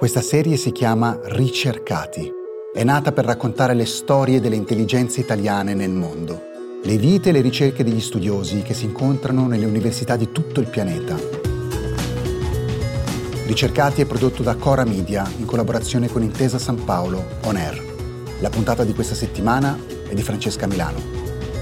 Questa serie si chiama Ricercati. È nata per raccontare le storie delle intelligenze italiane nel mondo, le vite e le ricerche degli studiosi che si incontrano nelle università di tutto il pianeta. Ricercati è prodotto da Cora Media in collaborazione con Intesa San Paolo On Air. La puntata di questa settimana è di Francesca Milano.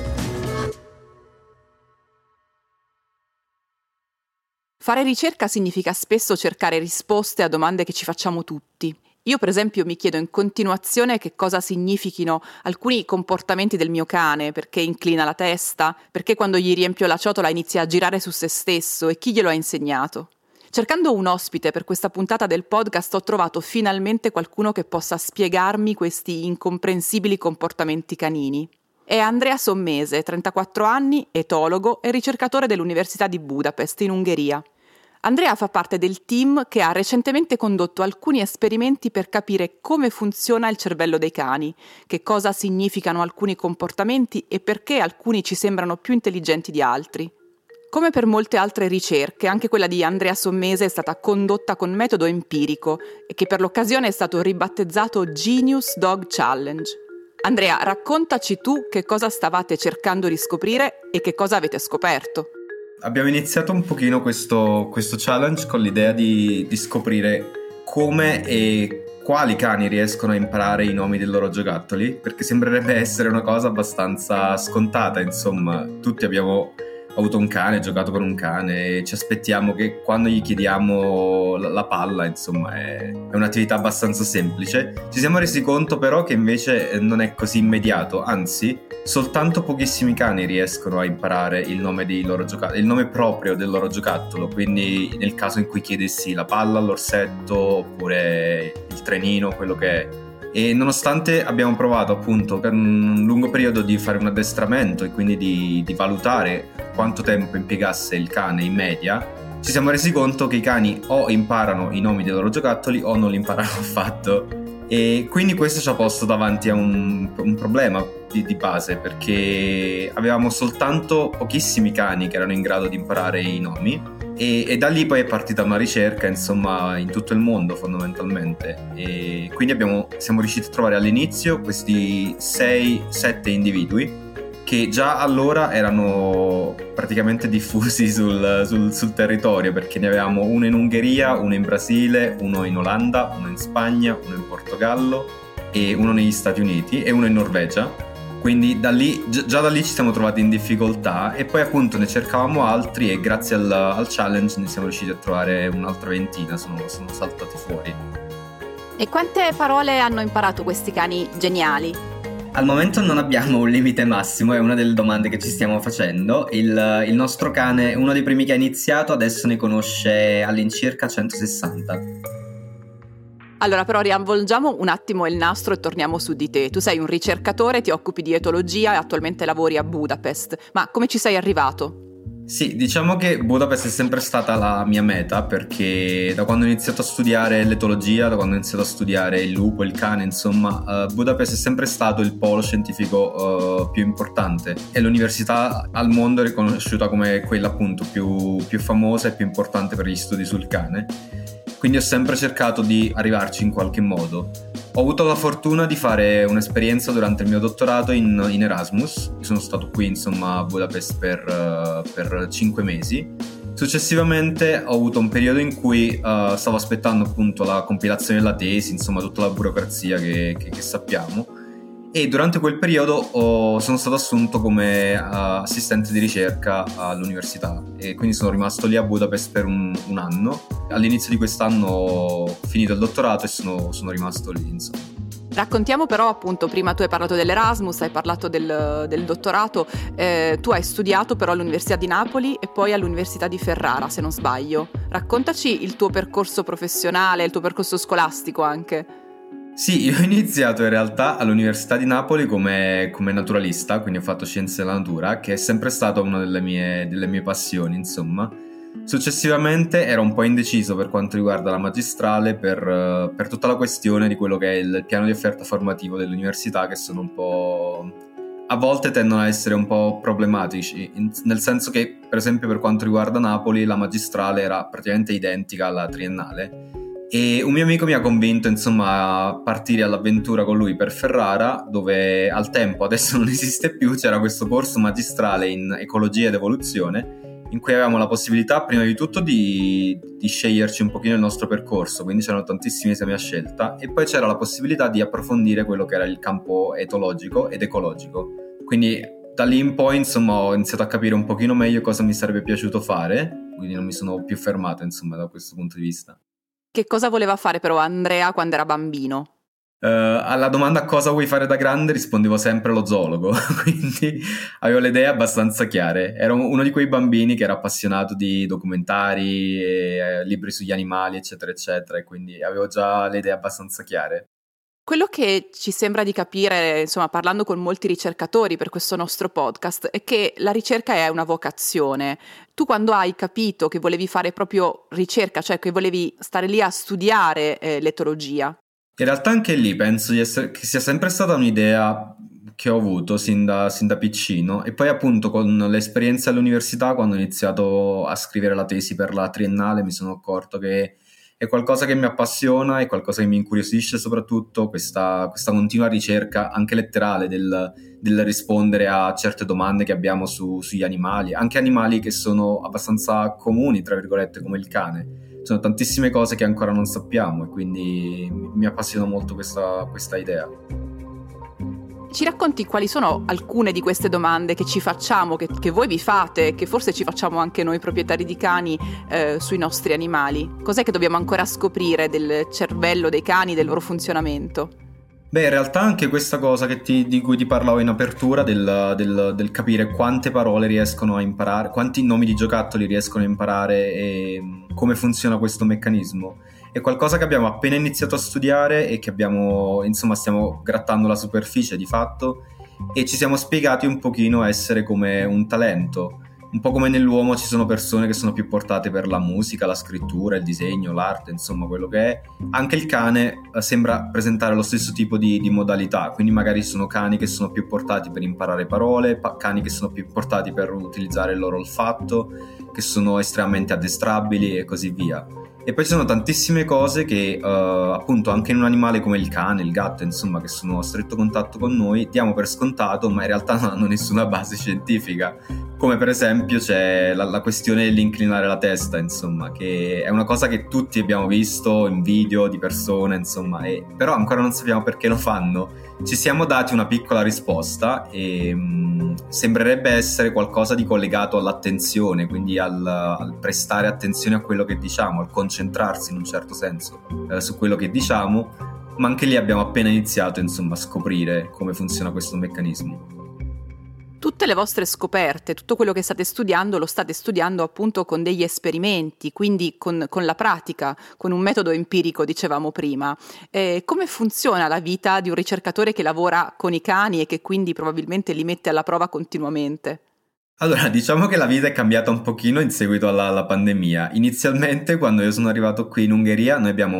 Fare ricerca significa spesso cercare risposte a domande che ci facciamo tutti. Io per esempio mi chiedo in continuazione che cosa significhino alcuni comportamenti del mio cane, perché inclina la testa, perché quando gli riempio la ciotola inizia a girare su se stesso e chi glielo ha insegnato. Cercando un ospite per questa puntata del podcast ho trovato finalmente qualcuno che possa spiegarmi questi incomprensibili comportamenti canini. È Andrea Sommese, 34 anni, etologo e ricercatore dell'Università di Budapest in Ungheria. Andrea fa parte del team che ha recentemente condotto alcuni esperimenti per capire come funziona il cervello dei cani, che cosa significano alcuni comportamenti e perché alcuni ci sembrano più intelligenti di altri. Come per molte altre ricerche, anche quella di Andrea Sommese è stata condotta con metodo empirico e che per l'occasione è stato ribattezzato Genius Dog Challenge. Andrea, raccontaci tu che cosa stavate cercando di scoprire e che cosa avete scoperto. Abbiamo iniziato un pochino questo challenge con l'idea di scoprire come e quali cani riescono a imparare i nomi dei loro giocattoli, perché sembrerebbe essere una cosa abbastanza scontata, insomma, tutti abbiamo avuto un cane, giocato con un cane e ci aspettiamo che quando gli chiediamo la palla, insomma, è un'attività abbastanza semplice. Ci siamo resi conto però che invece non è così immediato, anzi soltanto pochissimi cani riescono a imparare il nome dei loro giocattoli, il nome proprio del loro giocattolo, quindi nel caso in cui chiedessi la palla, l'orsetto oppure il trenino, quello che è. E nonostante abbiamo provato appunto per un lungo periodo di fare un addestramento e quindi di valutare quanto tempo impiegasse il cane in media, ci siamo resi conto che i cani o imparano i nomi dei loro giocattoli o non li imparano affatto, e quindi questo ci ha posto davanti a un problema di base, perché avevamo soltanto pochissimi cani che erano in grado di imparare i nomi. E da lì poi è partita una ricerca, insomma, in tutto il mondo fondamentalmente, e quindi siamo riusciti a trovare all'inizio questi 6-7 individui che già allora erano praticamente diffusi sul territorio, perché ne avevamo uno in Ungheria, uno in Brasile, uno in Olanda, uno in Spagna, uno in Portogallo e uno negli Stati Uniti e uno in Norvegia. Quindi già da lì ci siamo trovati in difficoltà e poi appunto ne cercavamo altri e grazie al challenge ne siamo riusciti a trovare un'altra ventina, sono saltati fuori. E quante parole hanno imparato questi cani geniali? Al momento non abbiamo un limite massimo, è una delle domande che ci stiamo facendo. Il nostro cane, uno dei primi che ha iniziato, adesso ne conosce all'incirca 160. Allora però riavvolgiamo un attimo il nastro e torniamo su di te. Tu sei un ricercatore, ti occupi di etologia e attualmente lavori a Budapest. Ma come ci sei arrivato? Sì, diciamo che Budapest è sempre stata la mia meta, perché da quando ho iniziato a studiare l'etologia, da quando ho iniziato a studiare il lupo, il cane, insomma, Budapest è sempre stato il polo scientifico più importante e l'università al mondo è riconosciuta come quella appunto più famosa e più importante per gli studi sul cane. Quindi ho sempre cercato di arrivarci in qualche modo. Ho avuto la fortuna di fare un'esperienza durante il mio dottorato in Erasmus. Sono stato qui insomma a Budapest per 5 mesi. Successivamente ho avuto un periodo in cui stavo aspettando appunto la compilazione della tesi, insomma tutta la burocrazia che sappiamo. E durante quel periodo sono stato assunto come assistente di ricerca all'università e quindi sono rimasto lì a Budapest per un anno. All'inizio di quest'anno ho finito il dottorato e sono rimasto lì, insomma. Raccontiamo però appunto, prima tu hai parlato dell'Erasmus, hai parlato del dottorato, tu hai studiato però all'Università di Napoli e poi all'Università di Ferrara, se non sbaglio. Raccontaci il tuo percorso professionale, il tuo percorso scolastico anche. Sì, io ho iniziato in realtà all'Università di Napoli come naturalista, quindi ho fatto scienze della natura, che è sempre stata una delle mie passioni, insomma. Successivamente ero un po' indeciso per quanto riguarda la magistrale per tutta la questione di quello che è il piano di offerta formativo dell'università, che sono un po'... a volte tendono a essere un po' problematici, nel senso che, per esempio, per quanto riguarda Napoli, la magistrale era praticamente identica alla triennale E un mio amico mi ha convinto insomma a partire all'avventura con lui per Ferrara, dove al tempo, adesso non esiste più, c'era questo corso magistrale in ecologia ed evoluzione in cui avevamo la possibilità prima di tutto di sceglierci un pochino il nostro percorso, quindi c'erano tantissimi esami a scelta, e poi c'era la possibilità di approfondire quello che era il campo etologico ed ecologico. Quindi da lì in poi insomma ho iniziato a capire un pochino meglio cosa mi sarebbe piaciuto fare, quindi non mi sono più fermato insomma da questo punto di vista. Che cosa voleva fare però Andrea quando era bambino? Alla domanda cosa vuoi fare da grande rispondevo sempre lo zoologo, quindi avevo le idee abbastanza chiare. Ero uno di quei bambini che era appassionato di documentari, libri sugli animali, eccetera, eccetera, e quindi avevo già le idee abbastanza chiare. Quello che ci sembra di capire, insomma, parlando con molti ricercatori per questo nostro podcast, è che la ricerca è una vocazione. Tu quando hai capito che volevi fare proprio ricerca, cioè che volevi stare lì a studiare l'etologia? In realtà anche lì penso che sia sempre stata un'idea che ho avuto sin da piccino, e poi appunto con l'esperienza all'università, quando ho iniziato a scrivere la tesi per la triennale, mi sono accorto che è qualcosa che mi appassiona, è qualcosa che mi incuriosisce, soprattutto questa continua ricerca anche letterale del rispondere a certe domande che abbiamo sugli animali, anche animali che sono abbastanza comuni, tra virgolette, come il cane. Sono tantissime cose che ancora non sappiamo, e quindi mi appassiona molto questa idea. Ci racconti quali sono alcune di queste domande che ci facciamo, che voi vi fate, che forse ci facciamo anche noi proprietari di cani sui nostri animali? Cos'è che dobbiamo ancora scoprire del cervello dei cani, del loro funzionamento? Beh, in realtà anche questa cosa di cui ti parlavo in apertura, del capire quante parole riescono a imparare, quanti nomi di giocattoli riescono a imparare e come funziona questo meccanismo, è qualcosa che abbiamo appena iniziato a studiare e che stiamo grattando la superficie di fatto, e ci siamo spiegati un pochino essere come un talento. Un po' come nell'uomo ci sono persone che sono più portate per la musica, la scrittura, il disegno, l'arte, insomma quello che è. Anche il cane sembra presentare lo stesso tipo di modalità, quindi magari ci sono cani che sono più portati per imparare parole, cani che sono più portati per utilizzare il loro olfatto, che sono estremamente addestrabili e così via. E poi ci sono tantissime cose che appunto anche in un animale come il cane, il gatto, insomma, che sono a stretto contatto con noi, diamo per scontato, ma in realtà non hanno nessuna base scientifica. Come per esempio c'è la questione dell'inclinare la testa, insomma, che è una cosa che tutti abbiamo visto in video di persone, insomma, però ancora non sappiamo perché lo fanno. Ci siamo dati una piccola risposta e sembrerebbe essere qualcosa di collegato all'attenzione, quindi al prestare attenzione a quello che diciamo, al concentrarsi in un certo senso su quello che diciamo, ma anche lì abbiamo appena iniziato, insomma, a scoprire come funziona questo meccanismo. Tutte le vostre scoperte, tutto quello che state studiando, lo state studiando appunto con degli esperimenti, quindi con la pratica, con un metodo empirico, dicevamo prima. Come funziona la vita di un ricercatore che lavora con i cani e che quindi probabilmente li mette alla prova continuamente? Allora, diciamo che la vita è cambiata un pochino in seguito alla pandemia. Inizialmente, quando io sono arrivato qui in Ungheria, noi abbiamo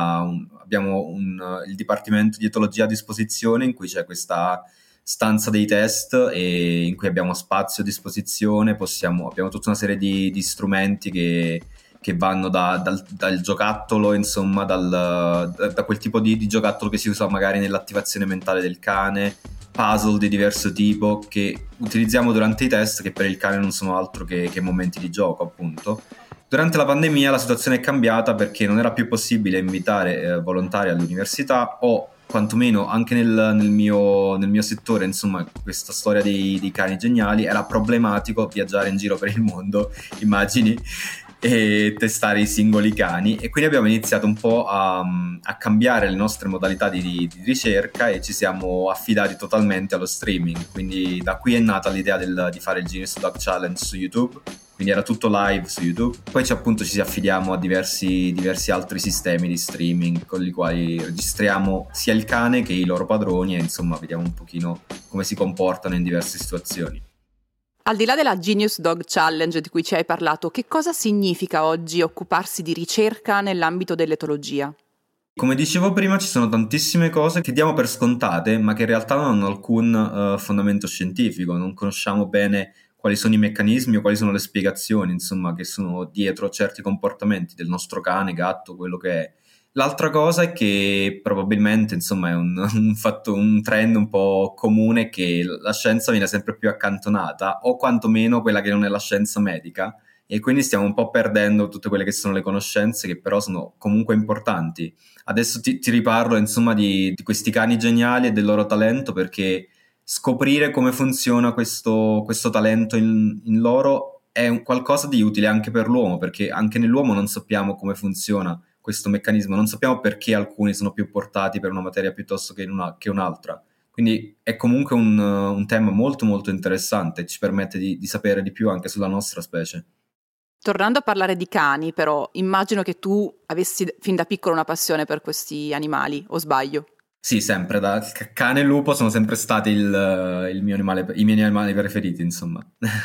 il Dipartimento di Etologia a disposizione, in cui c'è questa stanza dei test e in cui abbiamo spazio a disposizione, abbiamo tutta una serie di strumenti che vanno dal giocattolo, insomma, da quel tipo di giocattolo che si usa magari nell'attivazione mentale del cane, puzzle di diverso tipo che utilizziamo durante i test, che per il cane non sono altro che momenti di gioco, appunto. Durante la pandemia la situazione è cambiata perché non era più possibile invitare volontari all'università, o quantomeno anche nel mio settore, insomma, questa storia dei cani geniali, era problematico viaggiare in giro per il mondo, immagini, e testare i singoli cani, e quindi abbiamo iniziato un po' a cambiare le nostre modalità di ricerca e ci siamo affidati totalmente allo streaming. Quindi da qui è nata l'idea di fare il Genius Dog Challenge su YouTube, quindi era tutto live su YouTube. Poi ci affidiamo a diversi altri sistemi di streaming con i quali registriamo sia il cane che i loro padroni e insomma vediamo un pochino come si comportano in diverse situazioni. Al di là della Genius Dog Challenge di cui ci hai parlato, che cosa significa oggi occuparsi di ricerca nell'ambito dell'etologia? Come dicevo prima, ci sono tantissime cose che diamo per scontate, ma che in realtà non hanno alcun fondamento scientifico. Non conosciamo bene quali sono i meccanismi o quali sono le spiegazioni, insomma, che sono dietro certi comportamenti del nostro cane, gatto, quello che è. L'altra cosa è che probabilmente, insomma, è un trend un po' comune, che la scienza viene sempre più accantonata, o quantomeno quella che non è la scienza medica, e quindi stiamo un po' perdendo tutte quelle che sono le conoscenze, che però sono comunque importanti. Adesso ti riparlo, insomma, di questi cani geniali e del loro talento, perché scoprire come funziona questo talento in loro è qualcosa di utile anche per l'uomo, perché anche nell'uomo non sappiamo come funziona questo meccanismo, non sappiamo perché alcuni sono più portati per una materia piuttosto che un'altra. Quindi è comunque un tema molto molto interessante e ci permette di sapere di più anche sulla nostra specie. Tornando a parlare di cani, però, immagino che tu avessi fin da piccolo una passione per questi animali, o sbaglio? Sì, sempre, da cane e lupo sono sempre stati i miei animali preferiti, insomma.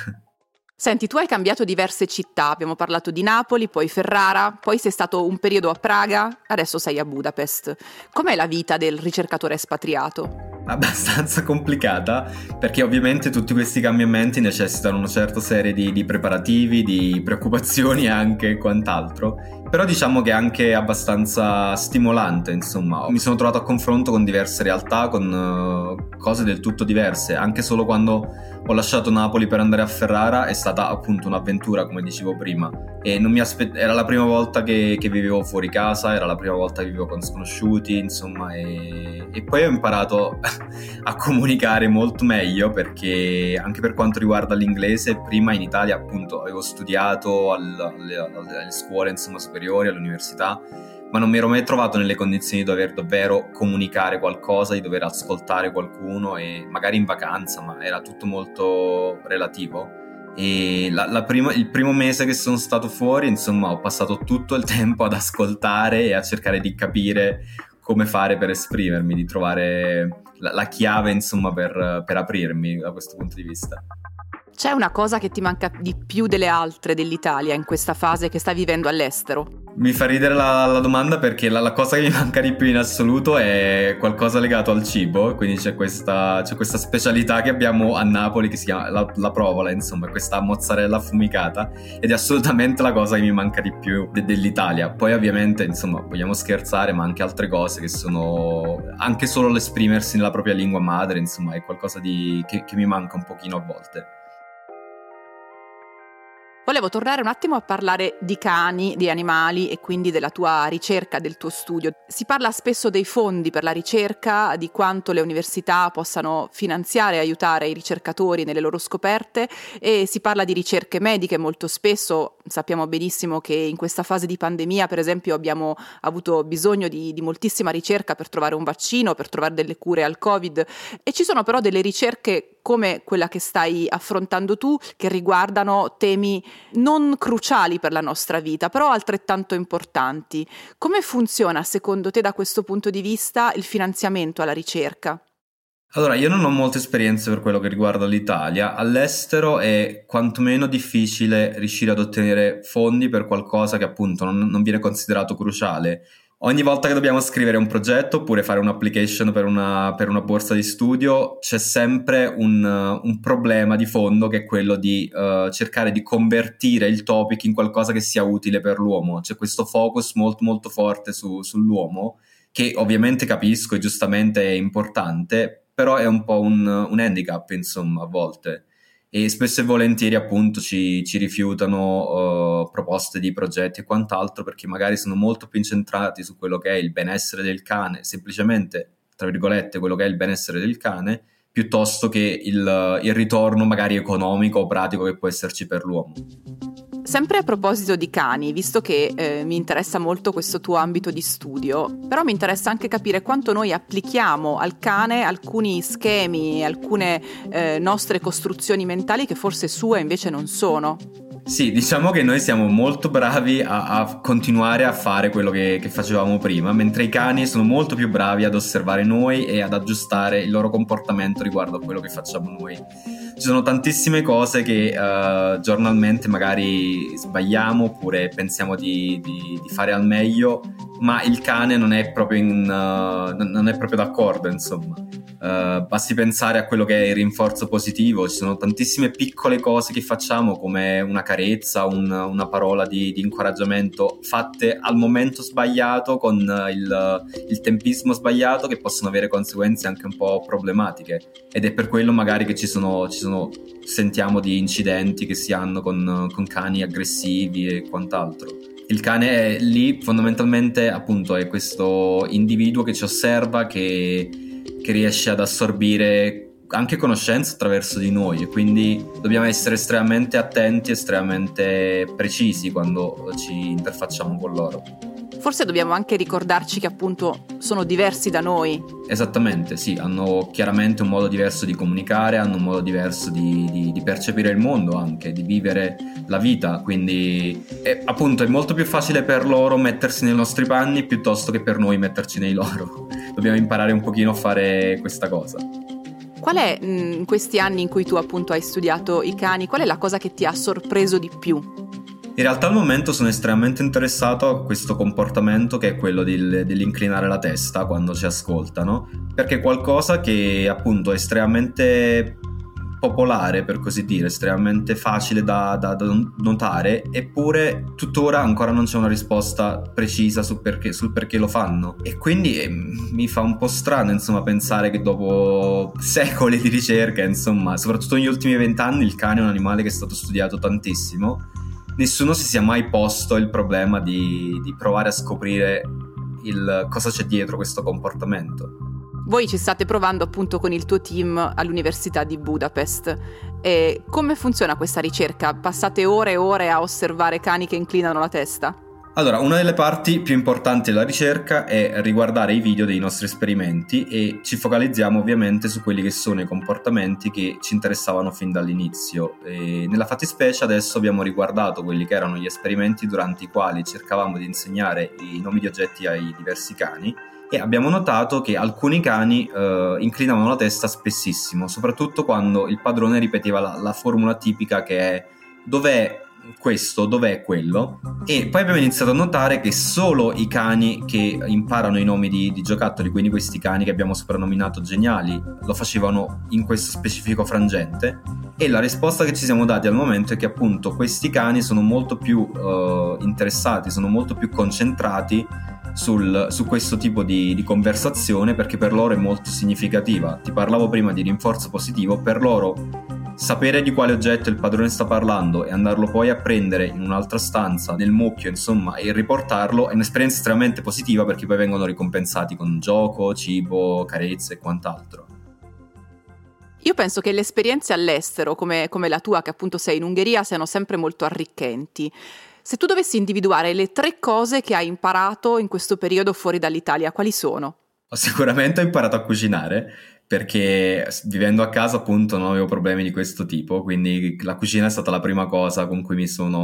Senti, tu hai cambiato diverse città, abbiamo parlato di Napoli, poi Ferrara, poi sei stato un periodo a Praga, adesso sei a Budapest. Com'è la vita del ricercatore espatriato? Abbastanza complicata, perché ovviamente tutti questi cambiamenti necessitano una certa serie di preparativi, di preoccupazioni e anche quant'altro, però diciamo che è anche abbastanza stimolante, insomma. Mi sono trovato a confronto con diverse realtà, con cose del tutto diverse. Anche solo quando ho lasciato Napoli per andare a Ferrara è stata appunto un'avventura, come dicevo prima, e non era la prima volta che vivevo fuori casa, era la prima volta che vivevo con sconosciuti, insomma, e poi ho imparato a comunicare molto meglio, perché anche per quanto riguarda l'inglese, prima in Italia appunto avevo studiato alle scuole, insomma, superiori, all'università, ma non mi ero mai trovato nelle condizioni di dover davvero comunicare qualcosa, di dover ascoltare qualcuno, e magari in vacanza, ma era tutto molto relativo. E il primo mese che sono stato fuori, insomma, ho passato tutto il tempo ad ascoltare e a cercare di capire come fare per esprimermi, di trovare la chiave, insomma, per aprirmi da questo punto di vista. C'è una cosa che ti manca di più delle altre dell'Italia in questa fase che stai vivendo all'estero? Mi fa ridere la domanda, perché la cosa che mi manca di più in assoluto è qualcosa legato al cibo, quindi c'è questa specialità che abbiamo a Napoli che si chiama la provola, insomma, questa mozzarella affumicata, ed è assolutamente la cosa che mi manca di più dell'Italia. Poi ovviamente, insomma, vogliamo scherzare, ma anche altre cose che sono anche solo l'esprimersi nella propria lingua madre, insomma, è qualcosa che mi manca un pochino a volte. Volevo tornare un attimo a parlare di cani, di animali e quindi della tua ricerca, del tuo studio. Si parla spesso dei fondi per la ricerca, di quanto le università possano finanziare e aiutare i ricercatori nelle loro scoperte, e si parla di ricerche mediche molto spesso. Sappiamo benissimo che in questa fase di pandemia, per esempio, abbiamo avuto bisogno di moltissima ricerca per trovare un vaccino, per trovare delle cure al Covid, e ci sono però delle ricerche come quella che stai affrontando tu, che riguardano temi non cruciali per la nostra vita, però altrettanto importanti. Come funziona secondo te da questo punto di vista il finanziamento alla ricerca? Allora, io non ho molte esperienze per quello che riguarda l'Italia. All'estero è quantomeno difficile riuscire ad ottenere fondi per qualcosa che appunto non viene considerato cruciale. Ogni volta che dobbiamo scrivere un progetto oppure fare un'application per una borsa di studio, c'è sempre un problema di fondo, che è quello di cercare di convertire il topic in qualcosa che sia utile per l'uomo. C'è questo focus molto molto forte sull'uomo, che ovviamente capisco e giustamente è importante, però è un po' un handicap, insomma, a volte. E spesso e volentieri appunto ci rifiutano proposte di progetti e quant'altro, perché magari sono molto più incentrati su quello che è il benessere del cane, semplicemente, tra virgolette, quello che è il benessere del cane, piuttosto che il ritorno magari economico o pratico che può esserci per l'uomo. Sempre a proposito di cani, visto che mi interessa molto questo tuo ambito di studio, però mi interessa anche capire quanto noi applichiamo al cane alcuni schemi, alcune nostre costruzioni mentali che forse sue invece non sono. Sì, diciamo che noi siamo molto bravi a continuare a fare quello che facevamo prima, mentre i cani sono molto più bravi ad osservare noi e ad aggiustare il loro comportamento riguardo a quello che facciamo noi. Ci sono tantissime cose che giornalmente magari sbagliamo oppure pensiamo di fare al meglio, ma il cane non è proprio d'accordo, insomma. Basti pensare a quello che è il rinforzo positivo. Ci sono tantissime piccole cose che facciamo, come una carezza carezza, una parola di incoraggiamento fatte al momento sbagliato con il tempismo sbagliato, che possono avere conseguenze anche un po' problematiche, ed è per quello magari che sentiamo di incidenti che si hanno con cani aggressivi e quant'altro. Il cane è lì fondamentalmente, appunto, è questo individuo che ci osserva, che riesce ad assorbire anche conoscenza attraverso di noi, e quindi dobbiamo essere estremamente attenti, estremamente precisi quando ci interfacciamo con loro. Forse dobbiamo anche ricordarci che appunto sono diversi da noi. Esattamente, sì, hanno chiaramente un modo diverso di comunicare, hanno un modo diverso di percepire il mondo, anche di vivere la vita, quindi appunto è molto più facile per loro mettersi nei nostri panni piuttosto che per noi metterci nei loro. Dobbiamo imparare un pochino a fare questa cosa. Qual è, in questi anni in cui tu appunto hai studiato i cani, qual è la cosa che ti ha sorpreso di più? In realtà al momento sono estremamente interessato a questo comportamento, che è quello dell'inclinare la testa quando ci ascoltano, perché è qualcosa che appunto è estremamente popolare, per così dire, estremamente facile da notare, eppure tuttora ancora non c'è una risposta precisa sul perché lo fanno, e quindi mi fa un po' strano, insomma, pensare che dopo secoli di ricerca, insomma, soprattutto negli ultimi 20 anni, il cane è un animale che è stato studiato tantissimo, nessuno si sia mai posto il problema di provare a scoprire cosa c'è dietro questo comportamento. Voi ci state provando appunto con il tuo team all'Università di Budapest. E come funziona questa ricerca? Passate ore e ore a osservare cani che inclinano la testa? Allora, una delle parti più importanti della ricerca è riguardare i video dei nostri esperimenti, e ci focalizziamo ovviamente su quelli che sono i comportamenti che ci interessavano fin dall'inizio. E nella fattispecie adesso abbiamo riguardato quelli che erano gli esperimenti durante i quali cercavamo di insegnare i nomi di oggetti ai diversi cani, e abbiamo notato che alcuni cani inclinavano la testa spessissimo, soprattutto quando il padrone ripeteva la formula tipica che è "dov'è questo, dov'è quello?". E poi abbiamo iniziato a notare che solo i cani che imparano i nomi di giocattoli, quindi questi cani che abbiamo soprannominato geniali, lo facevano in questo specifico frangente, e la risposta che ci siamo dati al momento è che appunto questi cani sono molto più interessati, sono molto più concentrati su questo tipo di conversazione, perché per loro è molto significativa. Ti parlavo prima di rinforzo positivo, per loro sapere di quale oggetto il padrone sta parlando e andarlo poi a prendere in un'altra stanza, nel mucchio, insomma, e riportarlo è un'esperienza estremamente positiva, perché poi vengono ricompensati con gioco, cibo, carezze e quant'altro. Io penso che le esperienze all'estero, come la tua, che appunto sei in Ungheria, siano sempre molto arricchenti. Se tu dovessi individuare le 3 cose che hai imparato in questo periodo fuori dall'Italia, quali sono? Sicuramente ho imparato a cucinare, perché vivendo a casa appunto non avevo problemi di questo tipo, quindi la cucina è stata la prima cosa con cui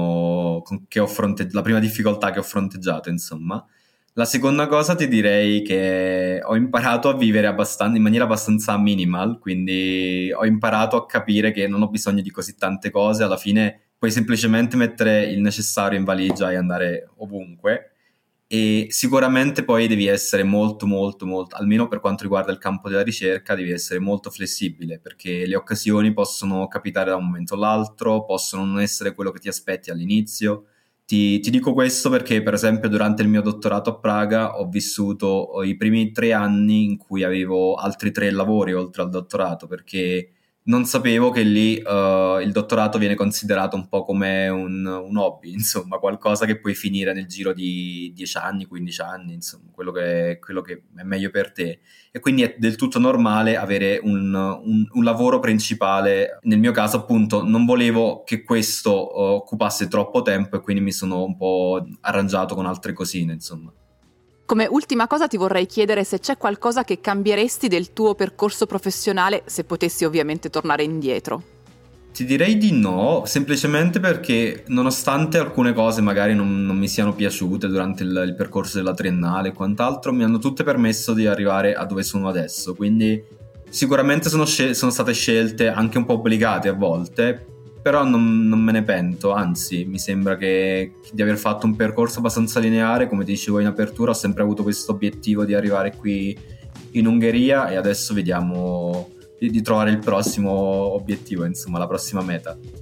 la prima difficoltà che ho fronteggiato, insomma. La seconda cosa ti direi che ho imparato a vivere in maniera abbastanza minimal, quindi ho imparato a capire che non ho bisogno di così tante cose, alla fine puoi semplicemente mettere il necessario in valigia e andare ovunque. E sicuramente poi devi essere molto, almeno per quanto riguarda il campo della ricerca, devi essere molto flessibile, perché le occasioni possono capitare da un momento all'altro, possono non essere quello che ti aspetti all'inizio. Ti dico questo perché, per esempio, durante il mio dottorato a Praga ho vissuto i primi 3 anni in cui avevo altri 3 lavori oltre al dottorato, perché non sapevo che lì il dottorato viene considerato un po' come un hobby, insomma, qualcosa che puoi finire nel giro di 10 anni, 15 anni, insomma, quello che è meglio per te. E quindi è del tutto normale avere un lavoro principale. Nel mio caso, appunto, non volevo che questo occupasse troppo tempo, e quindi mi sono un po' arrangiato con altre cosine, insomma. Come ultima cosa ti vorrei chiedere se c'è qualcosa che cambieresti del tuo percorso professionale, se potessi ovviamente tornare indietro. Ti direi di no, semplicemente perché nonostante alcune cose magari non mi siano piaciute durante il percorso della triennale e quant'altro, mi hanno tutte permesso di arrivare a dove sono adesso, quindi sicuramente sono state scelte anche un po' obbligate a volte, però non me ne pento, anzi mi sembra di aver fatto un percorso abbastanza lineare. Come ti dicevo in apertura, ho sempre avuto questo obiettivo di arrivare qui in Ungheria, e adesso vediamo di trovare il prossimo obiettivo, insomma la prossima meta.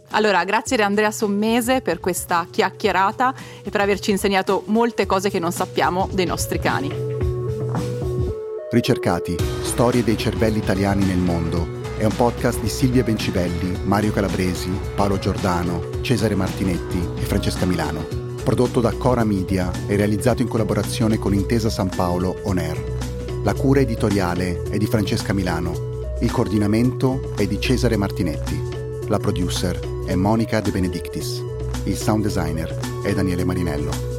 Allora, grazie ad Andrea Sommese per questa chiacchierata e per averci insegnato molte cose che non sappiamo dei nostri cani. Ricercati, storie dei cervelli italiani nel mondo è un podcast di Silvia Bencivelli, Mario Calabresi, Paolo Giordano, Cesare Martinetti e Francesca Milano. Prodotto da Cora Media e realizzato in collaborazione con Intesa San Paolo On Air. La cura editoriale è di Francesca Milano. Il coordinamento è di Cesare Martinetti. La producer è Monica De Benedictis. Il sound designer è Daniele Marinello.